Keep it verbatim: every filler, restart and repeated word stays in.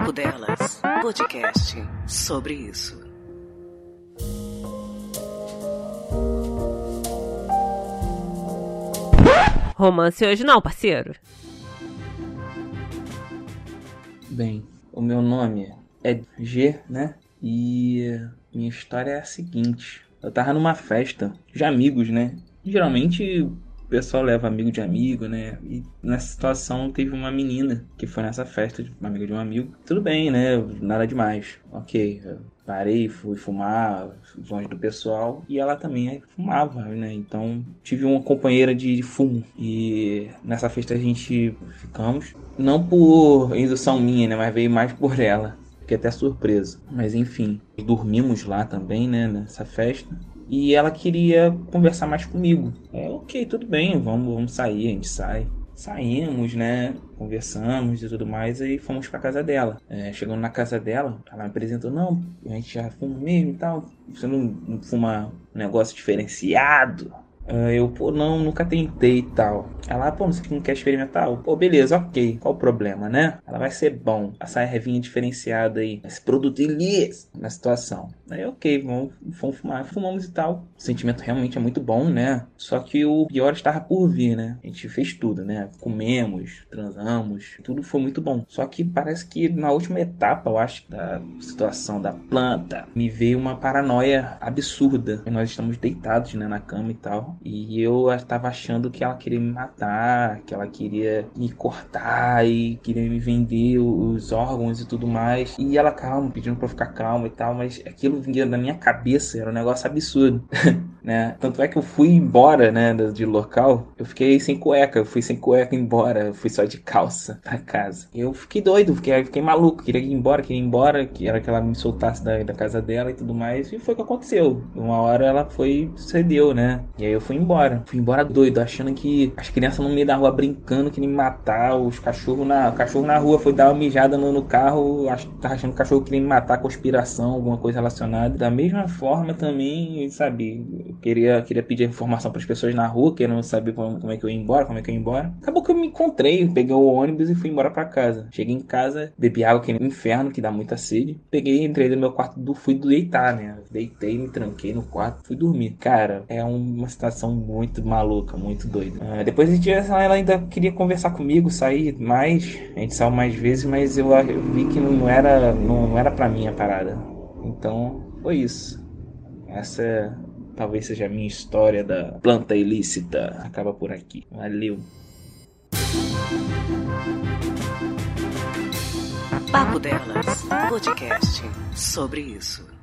Papo Delas, podcast sobre isso. Romance hoje não, parceiro. Bem, o meu nome é G, né? E minha história é a seguinte. Eu tava numa festa de amigos, né? Geralmente o pessoal leva amigo de amigo, né? E nessa situação teve uma menina que foi nessa festa, uma amiga de um amigo. Tudo bem, né? Nada demais. Ok, eu parei, fui fumar longe do pessoal. E ela também fumava, né? Então tive uma companheira de fumo. E nessa festa a gente ficamos. Não por indução minha, né? Mas veio mais por ela. Fiquei até surpreso. Mas enfim, dormimos lá também, né? Nessa festa. E ela queria conversar mais comigo. É, ok, tudo bem, vamos, vamos sair, a gente sai. Saímos, né? Conversamos e tudo mais, e fomos pra casa dela. É, chegando na casa dela, ela me apresentou, não, a gente já fuma mesmo e tal. Você não, não fuma um negócio diferenciado? Eu, pô, não, nunca tentei e tal. Ela, pô, você não quer experimentar? Pô, beleza, ok. Qual o problema, né? Ela vai ser bom. Essa ervinha diferenciada aí. Esse produto ilícito na situação. Aí, ok, vamos, vamos fumar. Fumamos e tal. O sentimento realmente é muito bom, né? Só que o pior estava por vir, né? A gente fez tudo, né? Comemos, transamos. Tudo foi muito bom. Só que parece que na última etapa, eu acho, da situação da planta, me veio uma paranoia absurda. E nós estamos deitados, né, na cama e tal. E eu estava achando que ela queria me matar, que ela queria me cortar e queria me vender os órgãos e tudo mais. E ela calma, pedindo pra eu ficar calma e tal, mas aquilo vinha da minha cabeça, era um negócio absurdo, né? Tanto é que eu fui embora, né, de local, eu fiquei sem cueca, eu fui sem cueca embora, eu fui só de calça pra casa. Eu fiquei doido, fiquei, fiquei maluco, queria ir embora, queria ir embora, que era que ela me soltasse da, da casa dela e tudo mais, e foi o que aconteceu. Uma hora ela foi, cedeu, né? E aí eu fui embora. Fui embora doido, achando que as crianças no meio da rua brincando, que nem me matar, os cachorros na, o cachorro na rua foi dar uma mijada no, no carro, ach, tava achando que o cachorro queria me matar, conspiração, alguma coisa relacionada. Da mesma forma também, sabe, eu queria, queria pedir informação para as pessoas na rua, querendo saber como, como é que eu ia embora, como é que eu ia embora. Acabou que eu me encontrei, peguei o ônibus e fui embora para casa. Cheguei em casa, bebi água que nem um inferno, que dá muita sede. Peguei, entrei no meu quarto, do, fui deitar, né? Deitei, me tranquei no quarto, fui dormir. Cara, é uma situação muito maluca, muito doida. Uh, depois a gente, ela ainda queria conversar comigo, sair mais, a gente saiu mais vezes, mas eu, eu vi que não era, não, não era pra mim a parada. Então, foi isso. Essa talvez seja a minha história da planta ilícita. Acaba por aqui. Valeu. Papo Delas, podcast sobre isso.